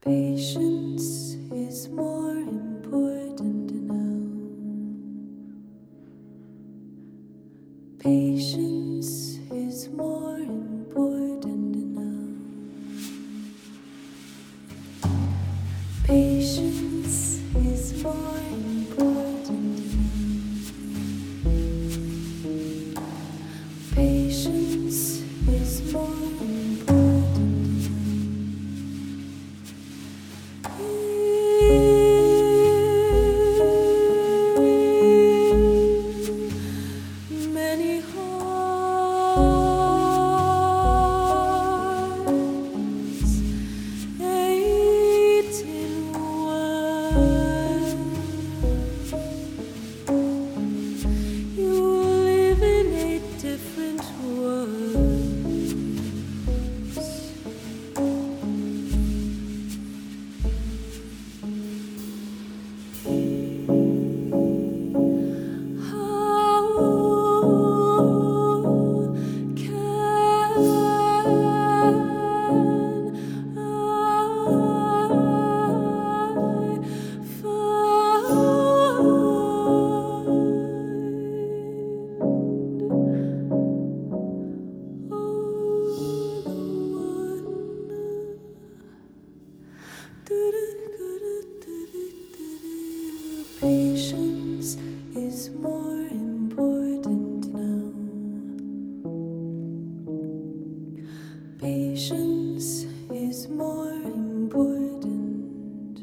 Patience is more important now. Patience is more important now. Patience is more important now. Patience is more important now. Many hearts ate in one. You live in a different world. Patience is more important now. Patience is more important.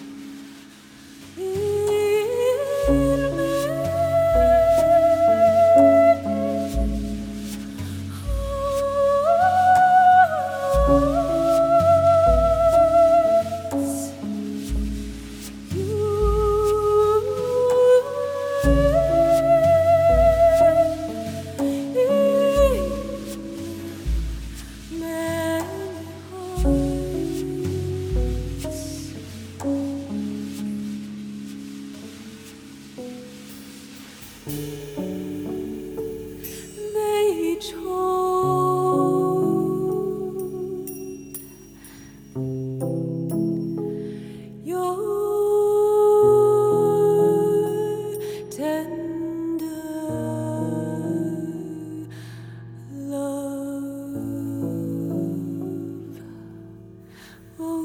They told your tender love. Oh,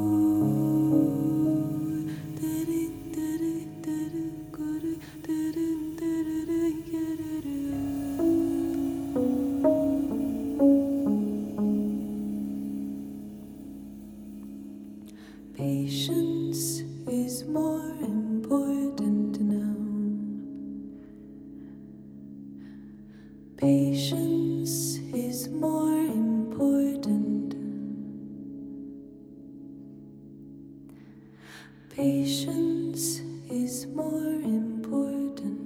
patience is more important now. Patience is more important. Patience is more important.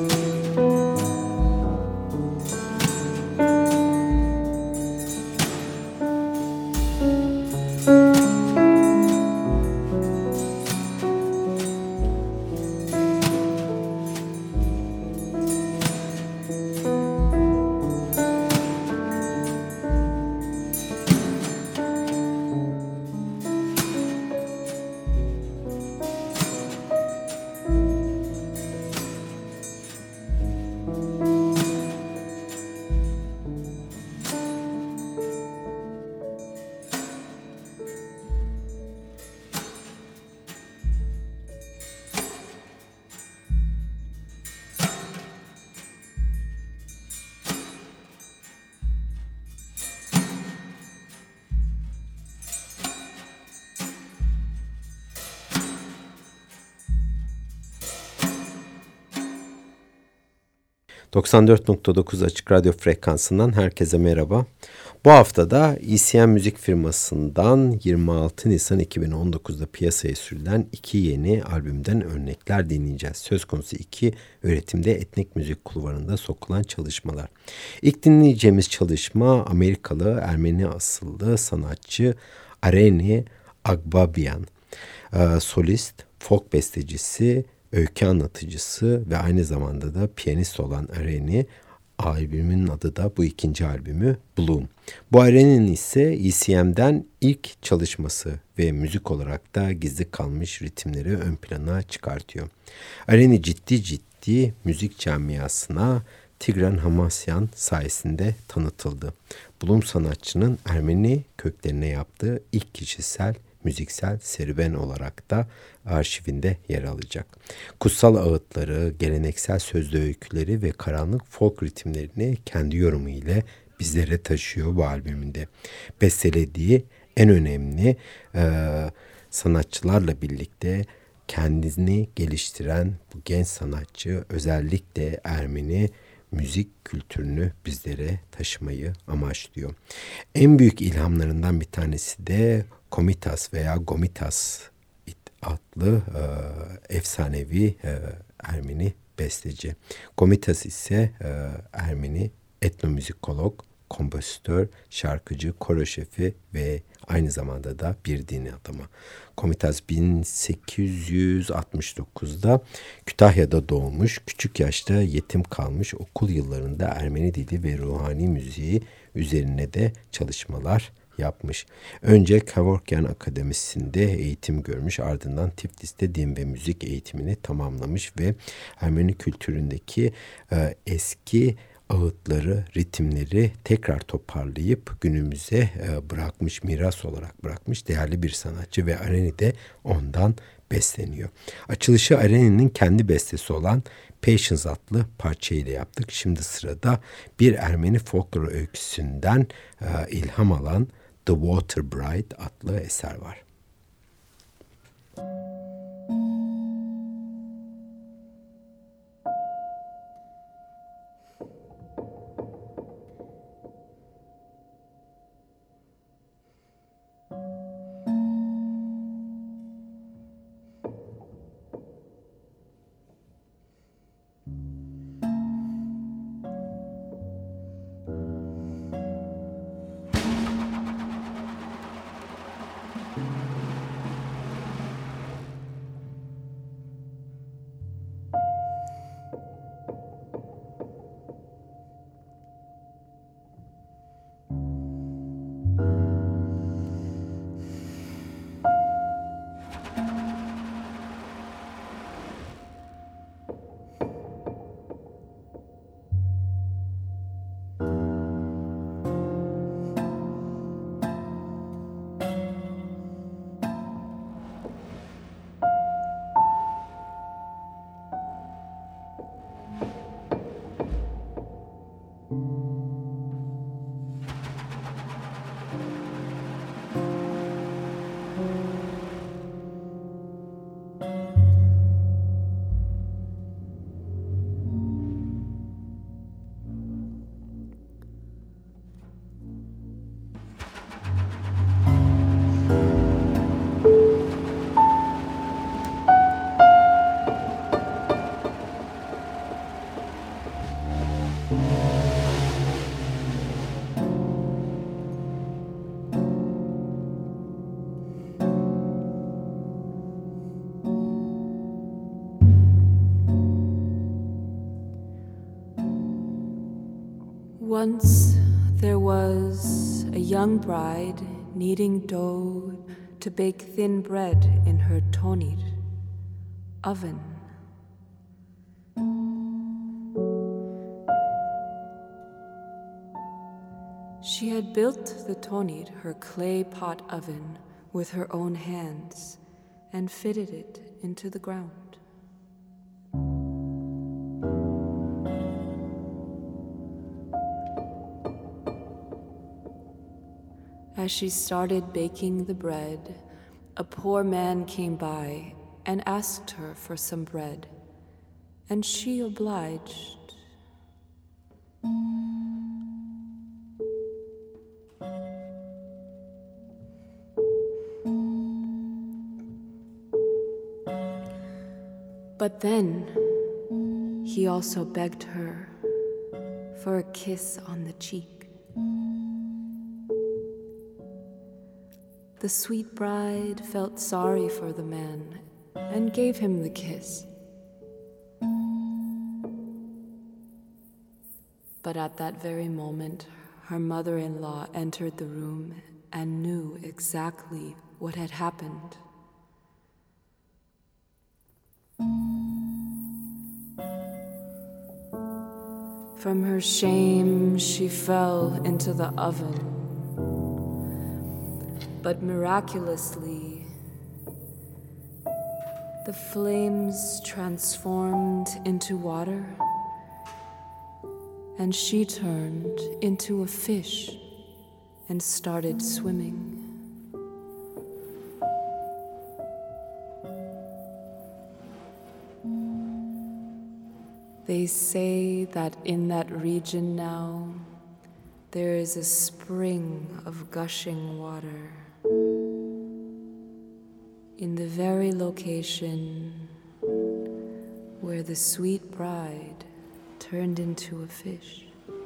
...94.9 Açık Radyo frekansından herkese merhaba. Bu hafta da ECM Müzik firmasından 26 Nisan 2019'da piyasaya sürülen iki yeni albümden örnekler dinleyeceğiz. Söz konusu iki üretimde etnik müzik kulvarında sokulan çalışmalar. İlk dinleyeceğimiz çalışma Amerikalı Ermeni asıllı sanatçı Areni Agbabian. Solist, folk bestecisi, öykü anlatıcısı ve aynı zamanda da piyanist olan Areni, albümün adı da bu ikinci albümü Bloom. Bu Areni'nin ise ECM'den ilk çalışması ve müzik olarak da gizli kalmış ritimleri ön plana çıkartıyor. Areni ciddi müzik camiasına Tigran Hamasyan sayesinde tanıtıldı. Bloom sanatçının Ermeni köklerine yaptığı ilk kişisel müziksel serüven olarak da arşivinde yer alacak. Kutsal ağıtları, geleneksel sözlü öyküleri ve karanlık folk ritimlerini kendi yorumu ile bizlere taşıyor bu albümünde. Bestelediği en önemli sanatçılarla birlikte kendini geliştiren bu genç sanatçı özellikle Ermeni müzik kültürünü bizlere taşımayı amaçlıyor. En büyük ilhamlarından bir tanesi de Komitas veya Gomitas adlı efsanevi Ermeni besteci. Komitas ise Ermeni etnomüzikolog, kompozitör, şarkıcı, koro şefi ve aynı zamanda da bir din adamı. Komitas 1869'da Kütahya'da doğmuş, küçük yaşta yetim kalmış, okul yıllarında Ermeni dili ve ruhani müziği üzerine de çalışmalar yapmış. Önce Kevorkian Akademisi'nde eğitim görmüş, ardından Tiflis'te din ve müzik eğitimini tamamlamış ve Ermeni kültüründeki eski ağıtları, ritimleri tekrar toparlayıp günümüze bırakmış, miras olarak bırakmış değerli bir sanatçı ve Areni de ondan besleniyor. Açılışı Areni'nin kendi bestesi olan Patience adlı parçayla yaptık. Şimdi sırada bir Ermeni folklor öyküsünden ilham alan The Water Bride adlı eser var. Once there was a young bride kneading dough to bake thin bread in her tonir oven. She had built the tonir, her clay pot oven, with her own hands and fitted it into the ground. As she started baking the bread, a poor man came by and asked her for some bread, and she obliged. But then he also begged her for a kiss on the cheek. The sweet bride felt sorry for the man and gave him the kiss. But at that very moment, her mother-in-law entered the room and knew exactly what had happened. From her shame, she fell into the oven. But miraculously, the flames transformed into water, and she turned into a fish and started swimming. They say that in that region now, there is a spring of gushing water in the very location where the sweet bride turned into a fish.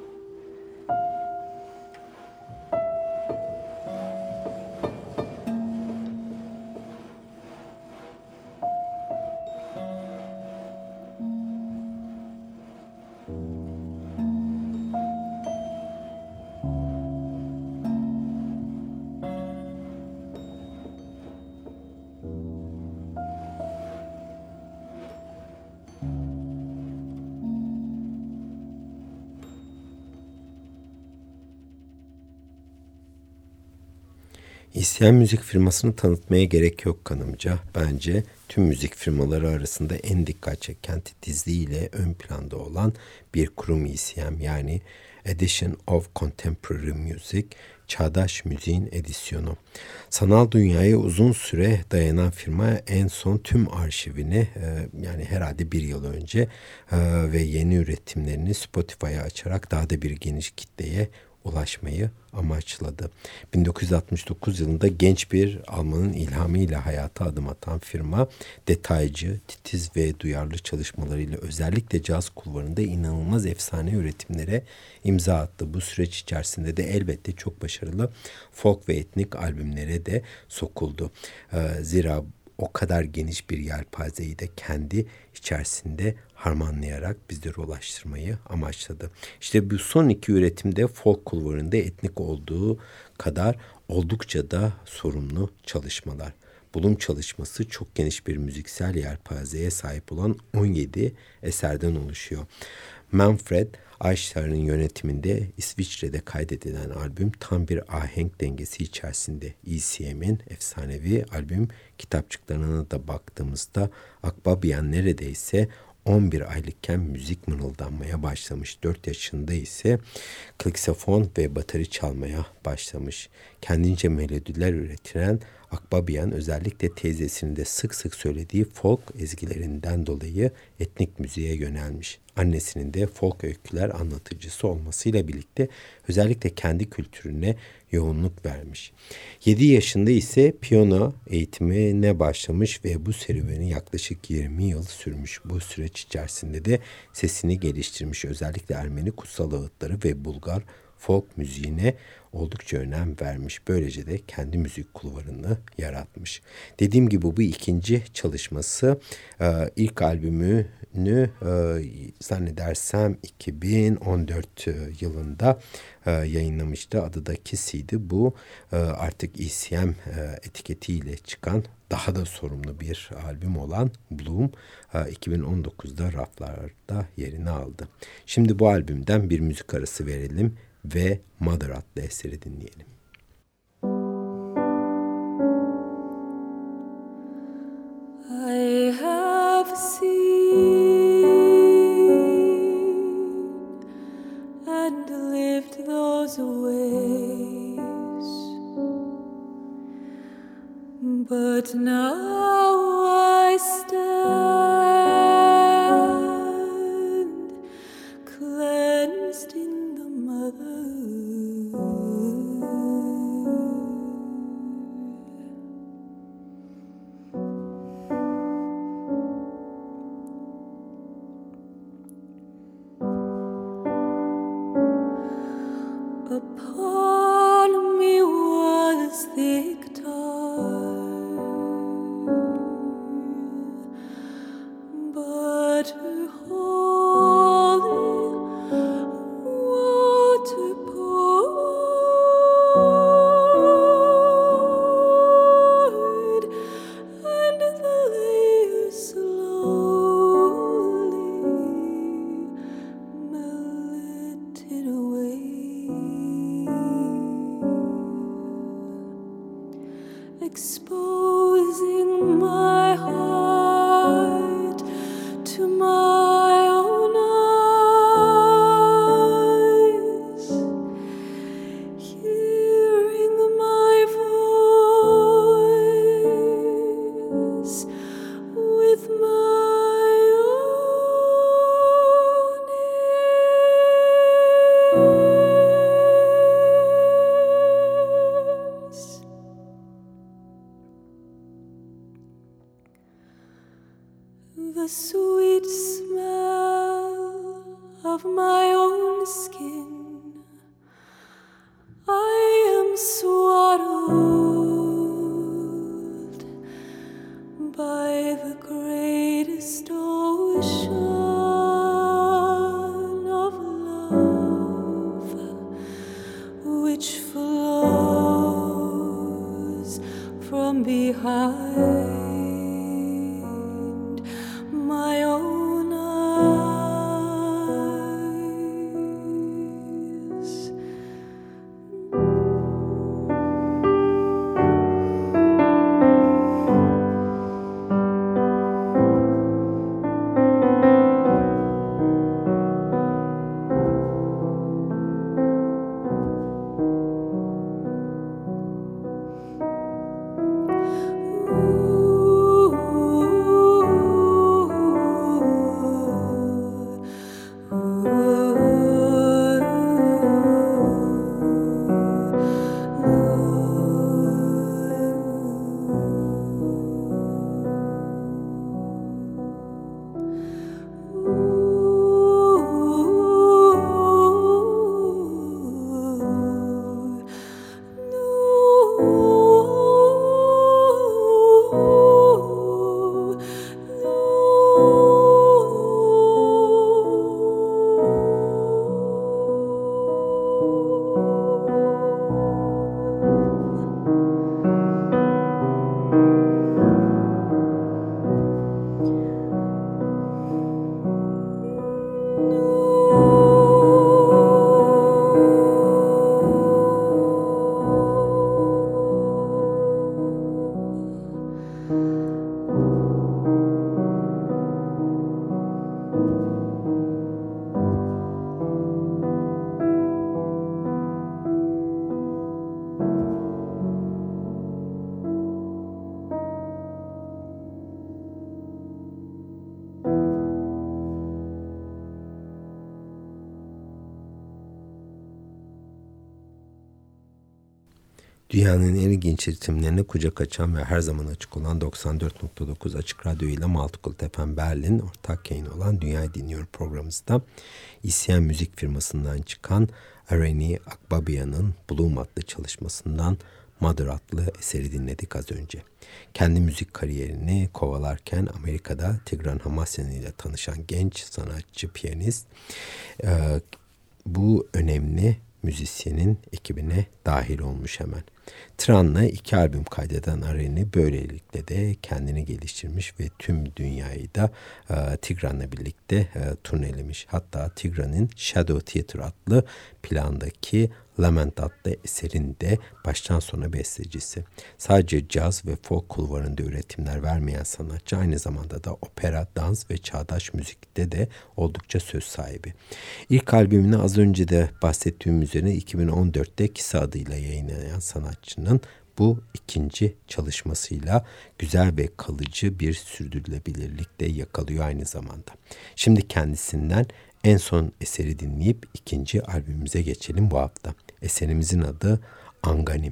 İsyan müzik firmasını tanıtmaya gerek yok kanımca. Bence tüm müzik firmaları arasında en dikkat çeken titizliğiyle ön planda olan bir kurum ECM, yani Edition of Contemporary Music, Çağdaş Müziğin Edisyonu. Sanal dünyaya uzun süre dayanan firma en son tüm arşivini yani herhalde bir yıl önce ve yeni üretimlerini Spotify'a açarak daha da bir geniş kitleye ulaşmayı amaçladı. 1969 yılında genç bir Almanın ilhamıyla hayata adım atan firma, detaycı, titiz ve duyarlı çalışmalarıyla özellikle caz kulvarında inanılmaz efsane üretimlere imza attı. Bu süreç içerisinde de elbette çok başarılı folk ve etnik albümlere de sokuldu. Zira o kadar geniş bir yelpazeyi de kendi içerisinde harmanlayarak bizlere ulaştırmayı amaçladı. İşte bu son iki üretimde folk kulvarında etnik olduğu kadar oldukça da sorumlu çalışmalar. Bulum çalışması çok geniş bir müziksel yelpazeye sahip olan 17 eserden oluşuyor. Manfred Eichster'ın yönetiminde İsviçre'de kaydedilen albüm tam bir ahenk dengesi içerisinde. ECM'in efsanevi albüm kitapçıklarına da baktığımızda Akbabian neredeyse 11 aylıkken müzik mırıldanmaya başlamış. 4 yaşında ise klaksafon ve bateri çalmaya başlamış. Kendince melodiler üretilen Akbabian özellikle teyzesinin de sık sık söylediği folk ezgilerinden dolayı etnik müziğe yönelmiş. Annesinin de folk öyküler anlatıcısı olmasıyla birlikte özellikle kendi kültürüne yoğunluk vermiş. 7 yaşında ise piyano eğitimine başlamış ve bu serüveni yaklaşık 20 yıl sürmüş. Bu süreç içerisinde de sesini geliştirmiş. Özellikle Ermeni kutsal ağıtları ve Bulgar folk müziğine oldukça önem vermiş. Böylece de kendi müzik kulvarını yaratmış. Dediğim gibi bu ikinci çalışması. İlk albümünü zannedersem 2014 yılında yayınlamıştı. Adı da Kissy'ydi. Bu artık ECM etiketiyle çıkan daha da sorumlu bir albüm olan Bloom 2019'da raflarda yerini aldı. Şimdi bu albümden bir müzik arası verelim ve Mother adlı eseri dinleyelim. I have seen and lived those ways, but now I stand cleansed in the mother. Upon me was thick tar, but her holy water poured, and the layers slowly melted away, exposing my heart to my own eyes, hearing my voice with my own ears. The sweet smell of my own skin, I am swaddled by the greatest ocean of love, which flows from behind my own eyes. Dünyanın en ilginç ritimlerine kucak açan ve her zaman açık olan 94.9 Açık Radyo ile Multicult FM Berlin ortak yayın olan Dünyayı Dinliyor programımızda İsyan Müzik firmasından çıkan Areni Akbabian'ın Bloom adlı çalışmasından Mother adlı eseri dinledik az önce. Kendi müzik kariyerini kovalarken Amerika'da Tigran Hamasyan ile tanışan genç sanatçı, piyanist bu önemli müzisyenin ekibine dahil olmuş hemen. Tran'la 2 albüm kaydeden Areni böylelikle de kendini geliştirmiş ve tüm dünyayı da Tigran'la birlikte turnelemiş. Hatta Tigran'ın Shadow Theater adlı plandaki Lament adlı eserin de baştan sona bestecisi. Sadece caz ve folk kulvarında üretimler vermeyen sanatçı aynı zamanda da opera, dans ve çağdaş müzikte de oldukça söz sahibi. İlk albümünü az önce de bahsettiğim üzere 2014'te Kisa adıyla yayınlayan sanatçının bu ikinci çalışmasıyla güzel ve kalıcı bir sürdürülebilirlik de yakalıyor aynı zamanda. Şimdi kendisinden en son eseri dinleyip ikinci albümümüze geçelim bu hafta. Eserimizin adı Anganim.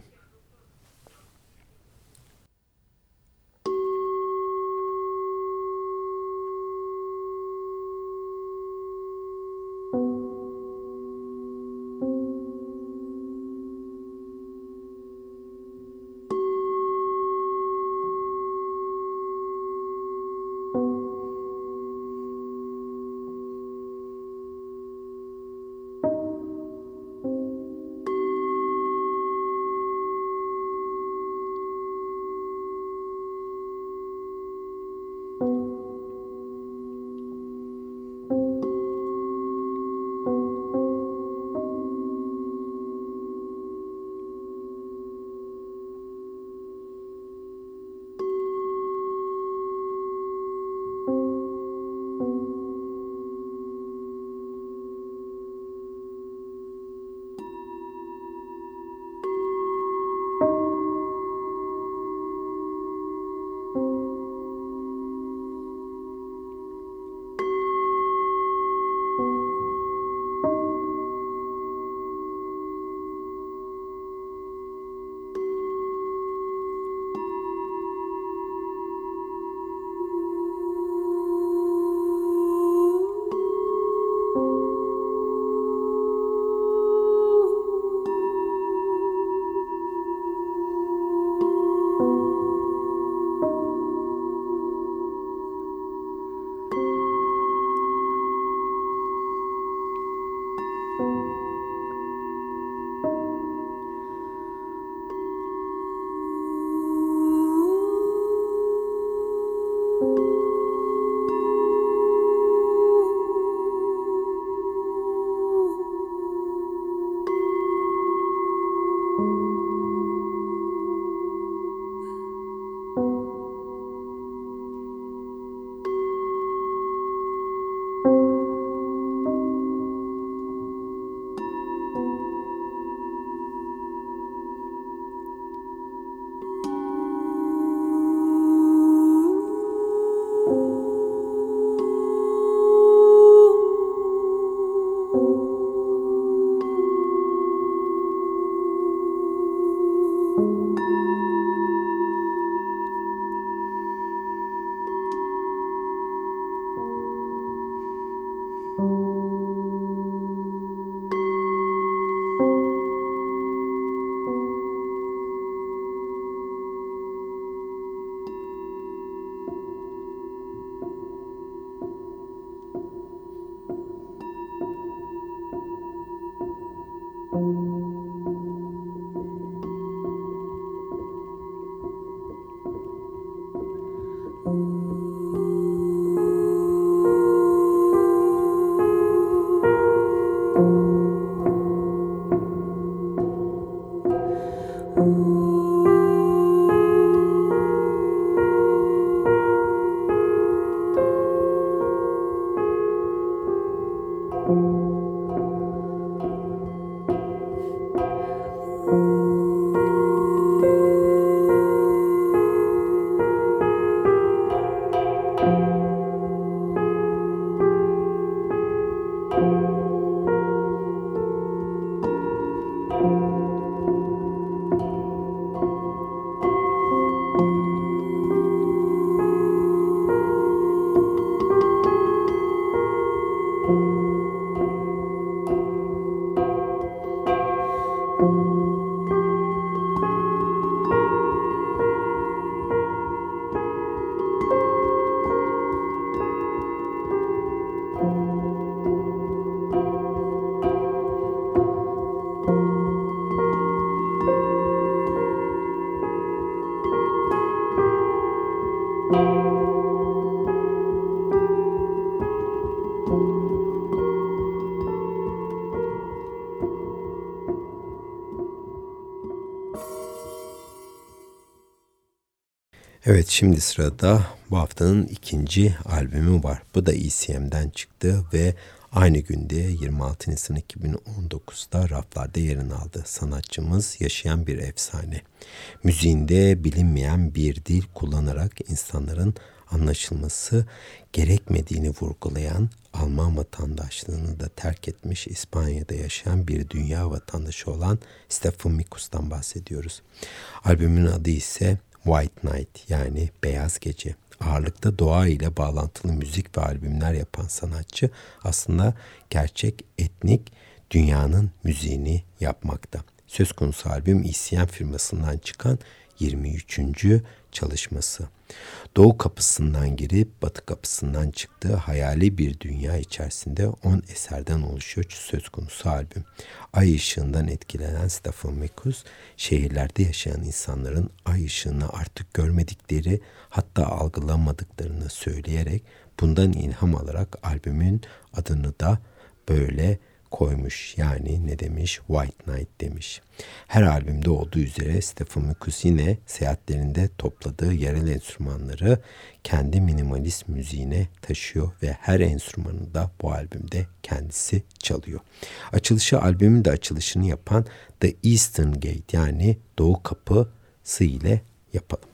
Evet, şimdi sırada bu haftanın ikinci albümü var. Bu da ECM'den çıktı ve aynı günde 26 Nisan 2019'da raflarda yerini aldı. Sanatçımız yaşayan bir efsane. Müziğinde bilinmeyen bir dil kullanarak insanların anlaşılması gerekmediğini vurgulayan, Alman vatandaşlığını da terk etmiş İspanya'da yaşayan bir dünya vatandaşı olan Stefan Mikus'tan bahsediyoruz. Albümün adı ise White Night, yani Beyaz Gece. Ağırlıkta doğa ile bağlantılı müzik ve albümler yapan sanatçı aslında gerçek etnik dünyanın müziğini yapmakta. Söz konusu albüm ECM firmasından çıkan 23. çalışması. Doğu kapısından girip batı kapısından çıktığı hayali bir dünya içerisinde 10 eserden oluşuyor söz konusu albüm. Ay ışığından etkilenen Stefan Mikus, şehirlerde yaşayan insanların ay ışığını artık görmedikleri, hatta algılamadıklarını söyleyerek bundan ilham alarak albümün adını da böyle koymuş. Yani ne demiş? White Night demiş. Her albümde olduğu üzere Stefan Mikus yine seyahatlerinde topladığı yerel enstrümanları kendi minimalist müziğine taşıyor ve her enstrümanı da bu albümde kendisi çalıyor. Albümün de açılışını yapan The Eastern Gate, yani Doğu Kapısı ile yapalım.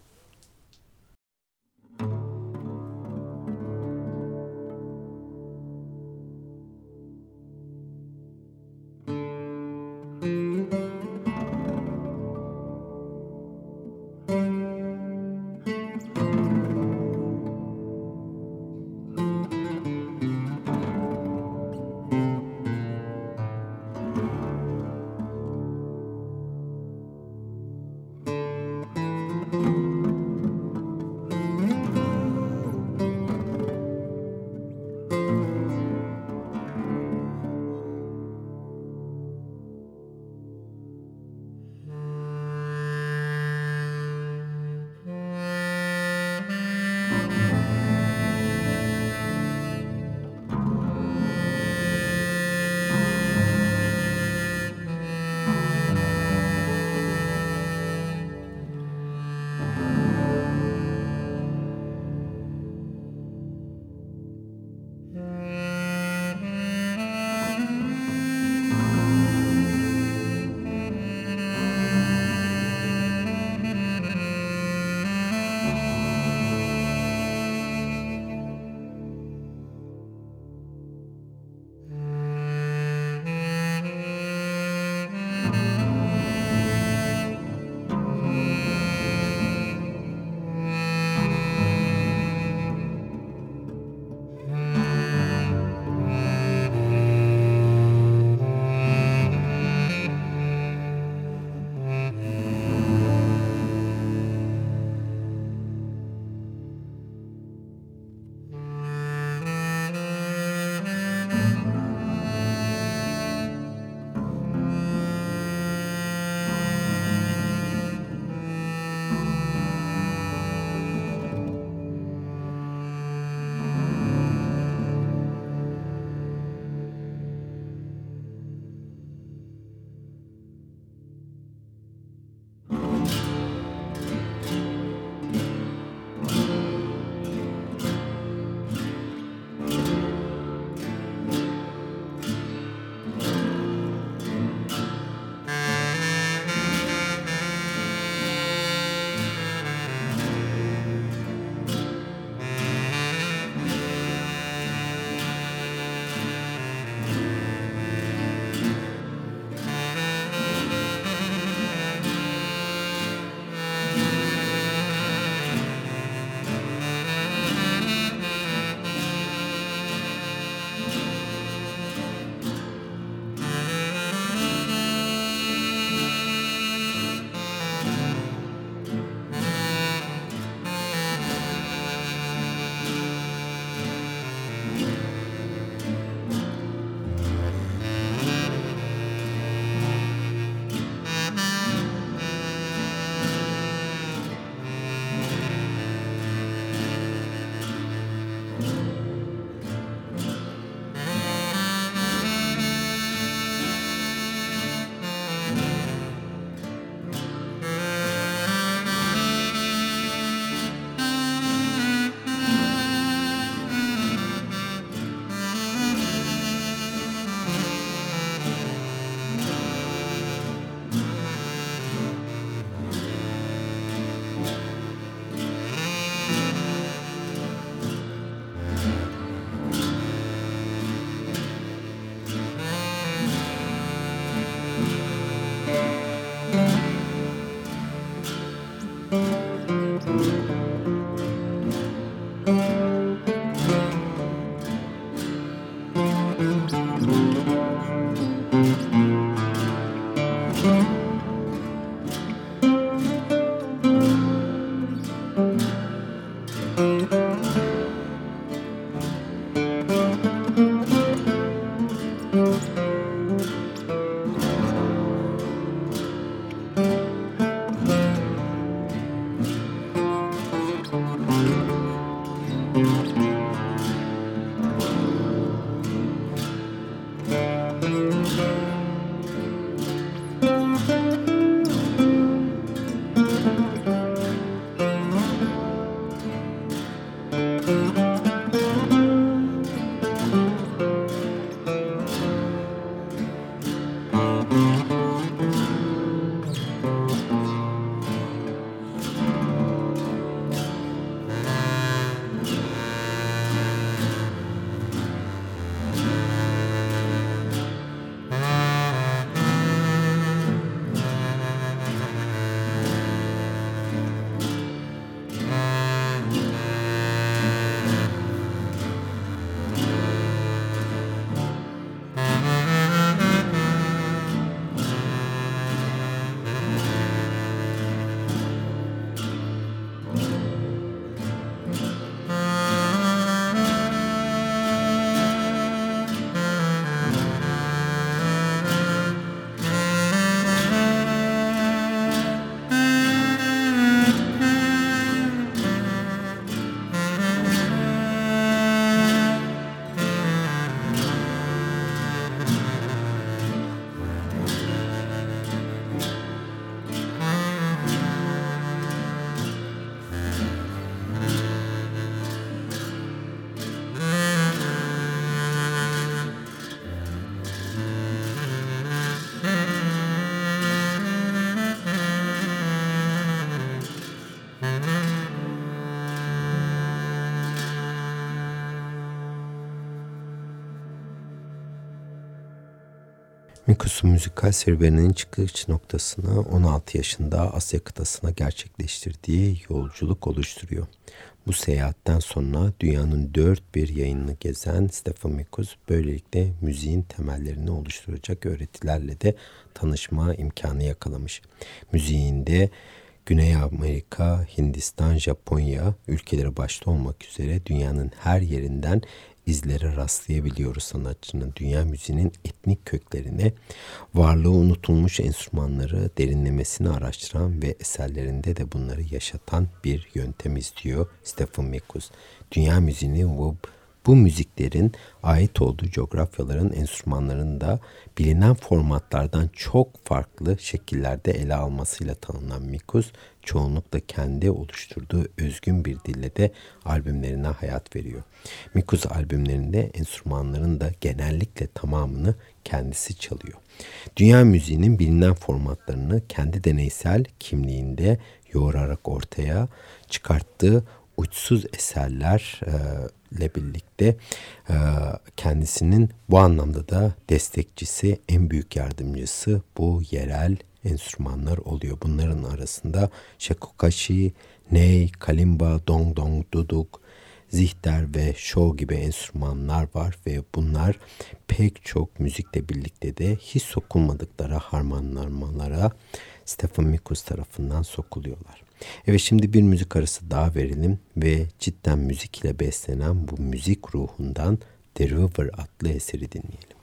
Mikus'un müzikal serüveninin çıkış noktasını 16 yaşında Asya kıtasına gerçekleştirdiği yolculuk oluşturuyor. Bu seyahatten sonra dünyanın dört bir yayınını gezen Stefan Mikus böylelikle müziğin temellerini oluşturacak öğretilerle de tanışma imkanı yakalamış. Müziğinde Güney Amerika, Hindistan, Japonya ülkeleri başta olmak üzere dünyanın her yerinden izlere rastlayabiliyoruz sanatçının. Dünya müziğinin etnik köklerine, varlığı unutulmuş enstrümanları derinlemesine araştıran ve eserlerinde de bunları yaşatan bir yöntem izliyor Stefan Mikus. Dünya müziğini bu müziklerin ait olduğu coğrafyaların enstrümanlarını da bilinen formatlardan çok farklı şekillerde ele almasıyla tanınan Mikus, çoğunlukla kendi oluşturduğu özgün bir dille de albümlerine hayat veriyor. Mikus albümlerinde enstrümanların da genellikle tamamını kendisi çalıyor. Dünya müziğinin bilinen formatlarını kendi deneysel kimliğinde yoğurarak ortaya çıkarttığı uçsuz eserlerle birlikte kendisinin bu anlamda da destekçisi, en büyük yardımcısı bu yerel enstrümanlar oluyor. Bunların arasında shakuhachi, ney, kalimba, dong dong, duduk, zither ve şov gibi enstrümanlar var ve bunlar pek çok müzikle birlikte de hiç sokulmadıkları harmanlamalara Stefan Mikus tarafından sokuluyorlar. Evet, şimdi bir müzik arası daha verelim ve cidden müzik ile beslenen bu müzik ruhundan The River adlı eseri dinleyelim.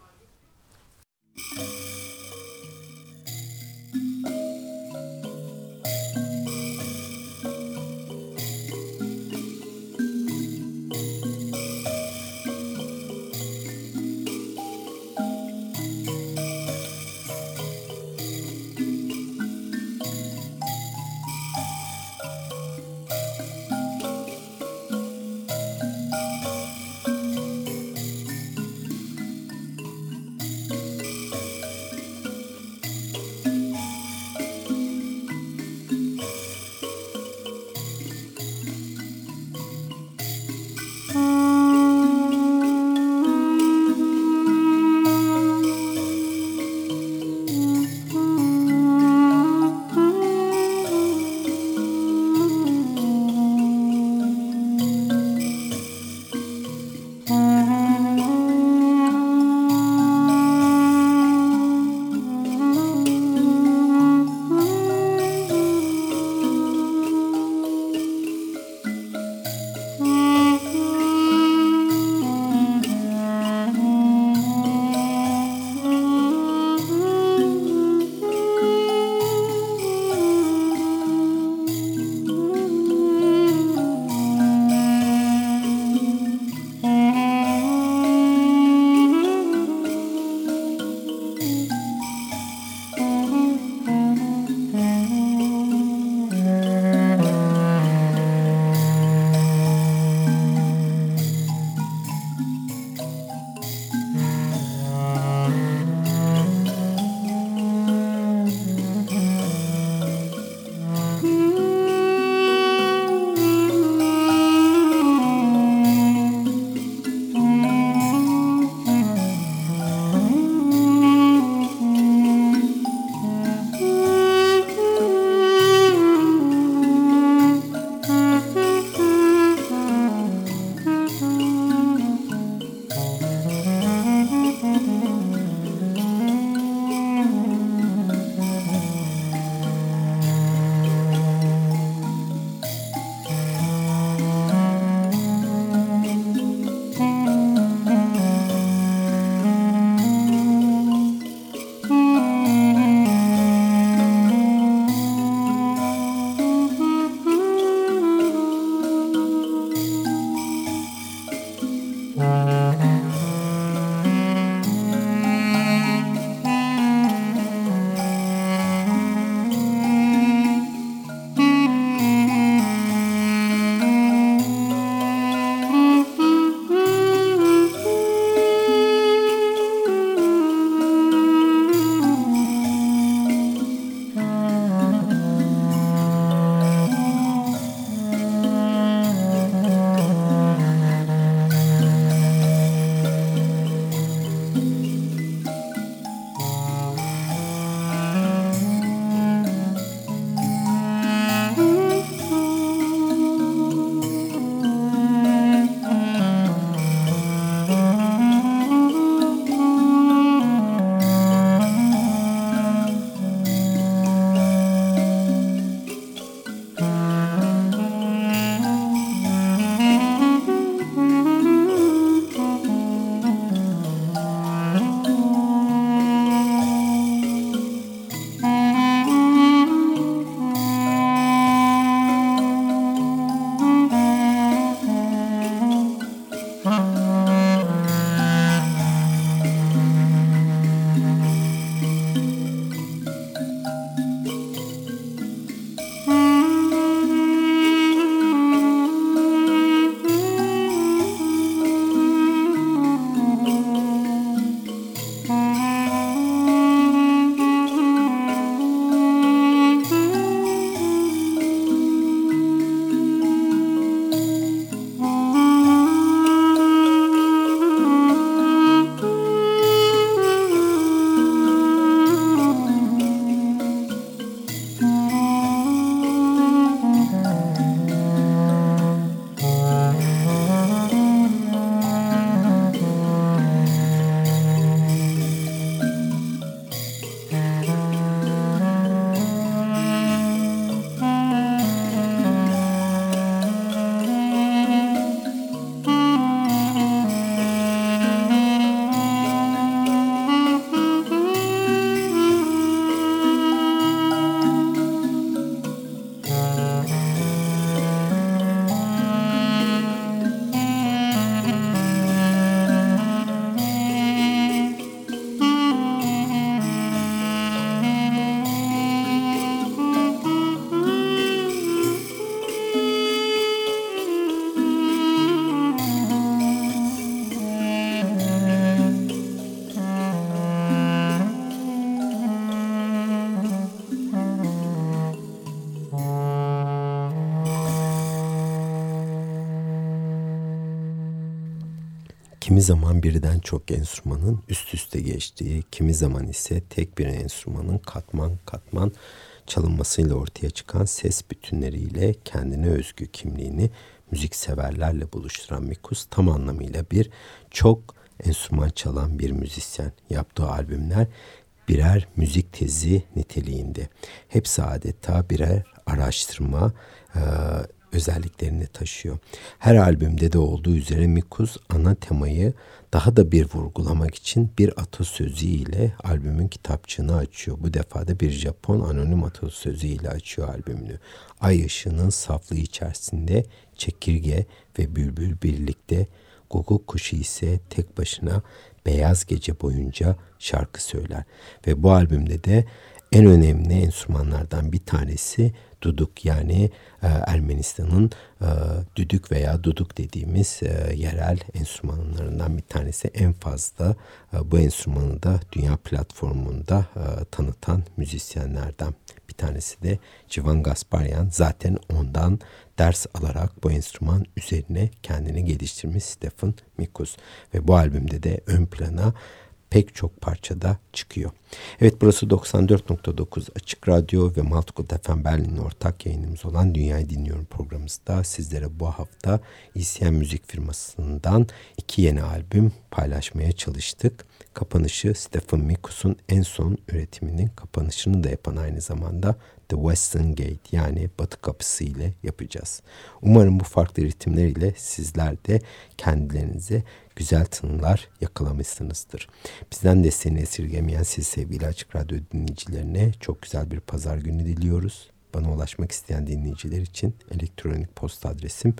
kimi zaman birden çok enstrümanın üst üste geçtiği, kimi zaman ise tek bir enstrümanın katman katman çalınmasıyla ortaya çıkan ses bütünleriyle kendine özgü kimliğini müzikseverlerle buluşturan Mikus tam anlamıyla bir çok enstrüman çalan bir müzisyen. Yaptığı albümler birer müzik tezi niteliğinde. Hepsi adeta birer araştırma özelliklerini taşıyor. Her albümde de olduğu üzere Mikus ana temayı daha da bir vurgulamak için bir atasözü ile albümün kitapçığını açıyor. Bu defa da bir Japon anonim atasözü ile açıyor albümünü. Ay ışığının saflığı içerisinde çekirge ve bülbül birlikte, guguk kuşu ise tek başına beyaz gece boyunca şarkı söyler. Ve bu albümde de en önemli enstrümanlardan bir tanesi duduk, yani Ermenistan'ın düdük veya duduk dediğimiz yerel enstrümanlarından bir tanesi. En fazla bu enstrümanı da dünya platformunda tanıtan müzisyenlerden bir tanesi de Civan Gasparyan. Zaten ondan ders alarak bu enstrüman üzerine kendini geliştirmiş Stefan Mikus. Ve bu albümde de ön plana pek çok parçada çıkıyor. Evet, burası 94.9 Açık Radyo ve Multicult FM Berlin'in ortak yayınımız olan Dünyayı Dinliyorum programımızda sizlere bu hafta ECM Müzik firmasından 2 yeni albüm paylaşmaya çalıştık. Kapanışı Stefan Mikus'un en son üretiminin kapanışını da yapan aynı zamanda The Western Gate, yani Batı Kapısı ile yapacağız. Umarım bu farklı ritimler ile sizler de kendilerinize güzel tınılar yakalamışsınızdır. Bizden desteğini esirgemeyen siz sevgili Açık Radyo dinleyicilerine çok güzel bir pazar günü diliyoruz. Bana ulaşmak isteyen dinleyiciler için elektronik posta adresim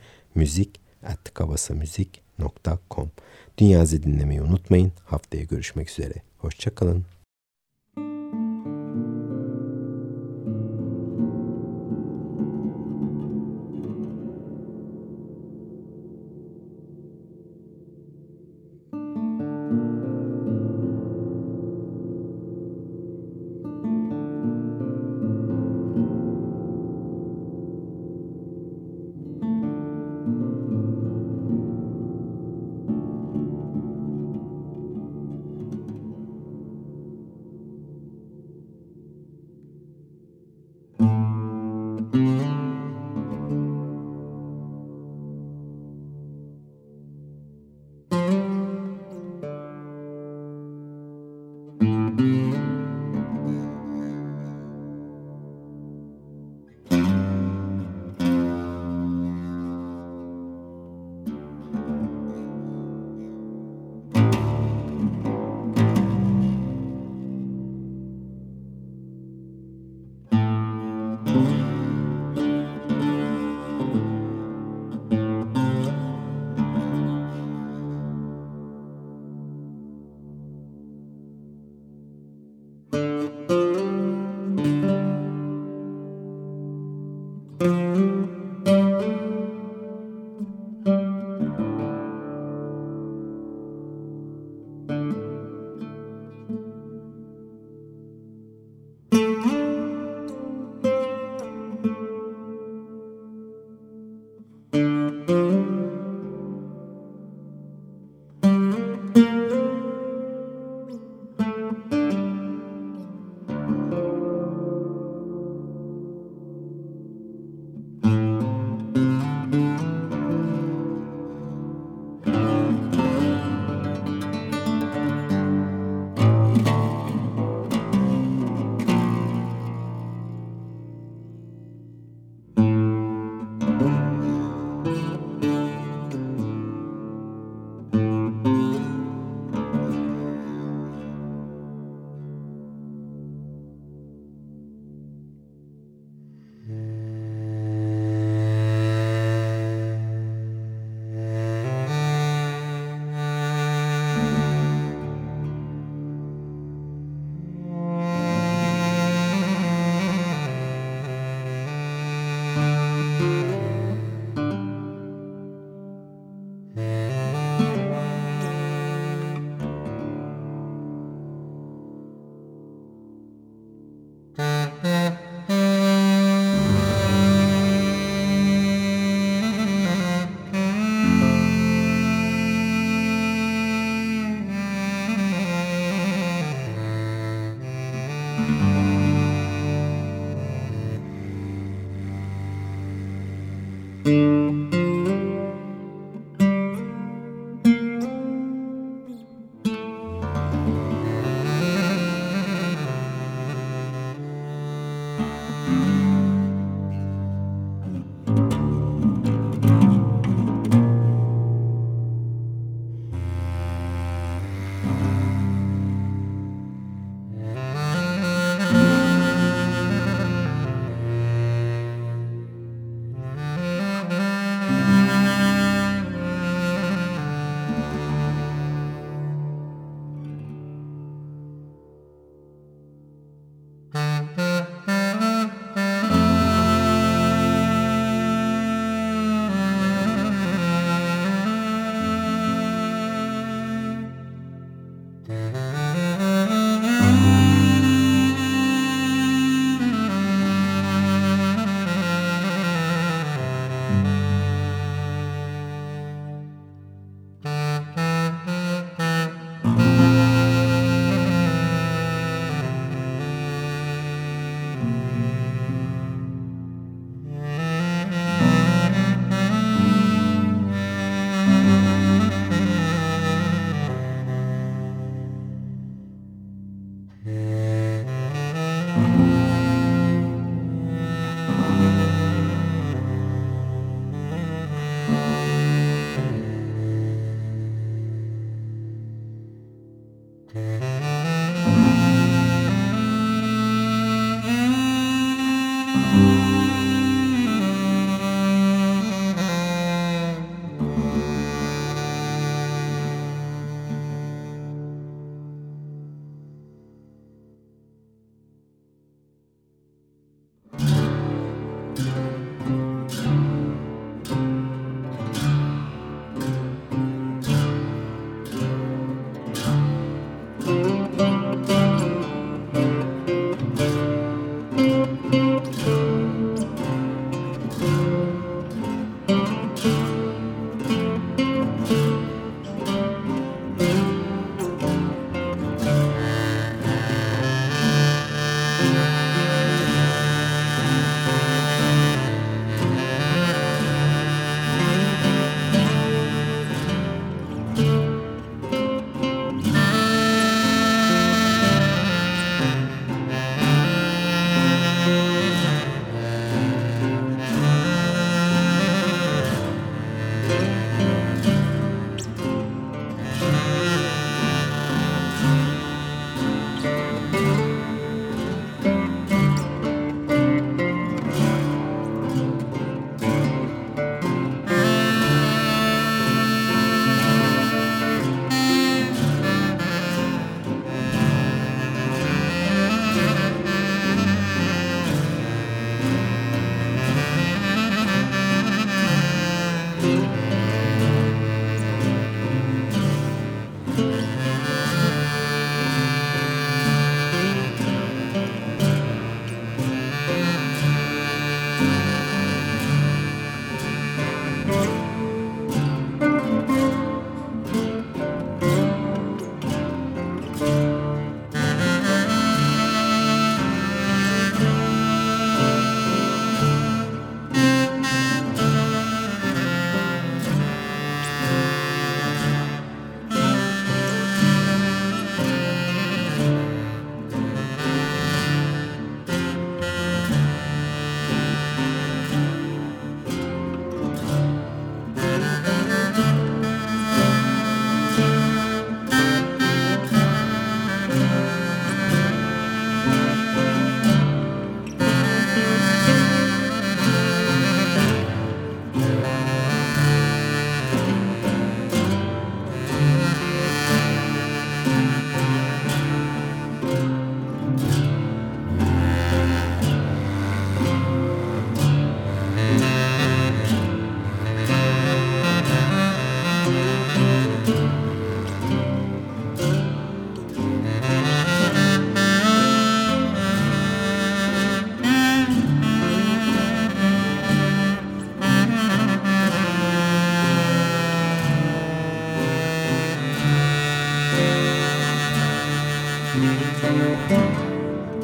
müzik@kabasamüzik.com. Dünyayı dinlemeyi unutmayın. Haftaya görüşmek üzere. Hoşça kalın.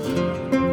Thank you.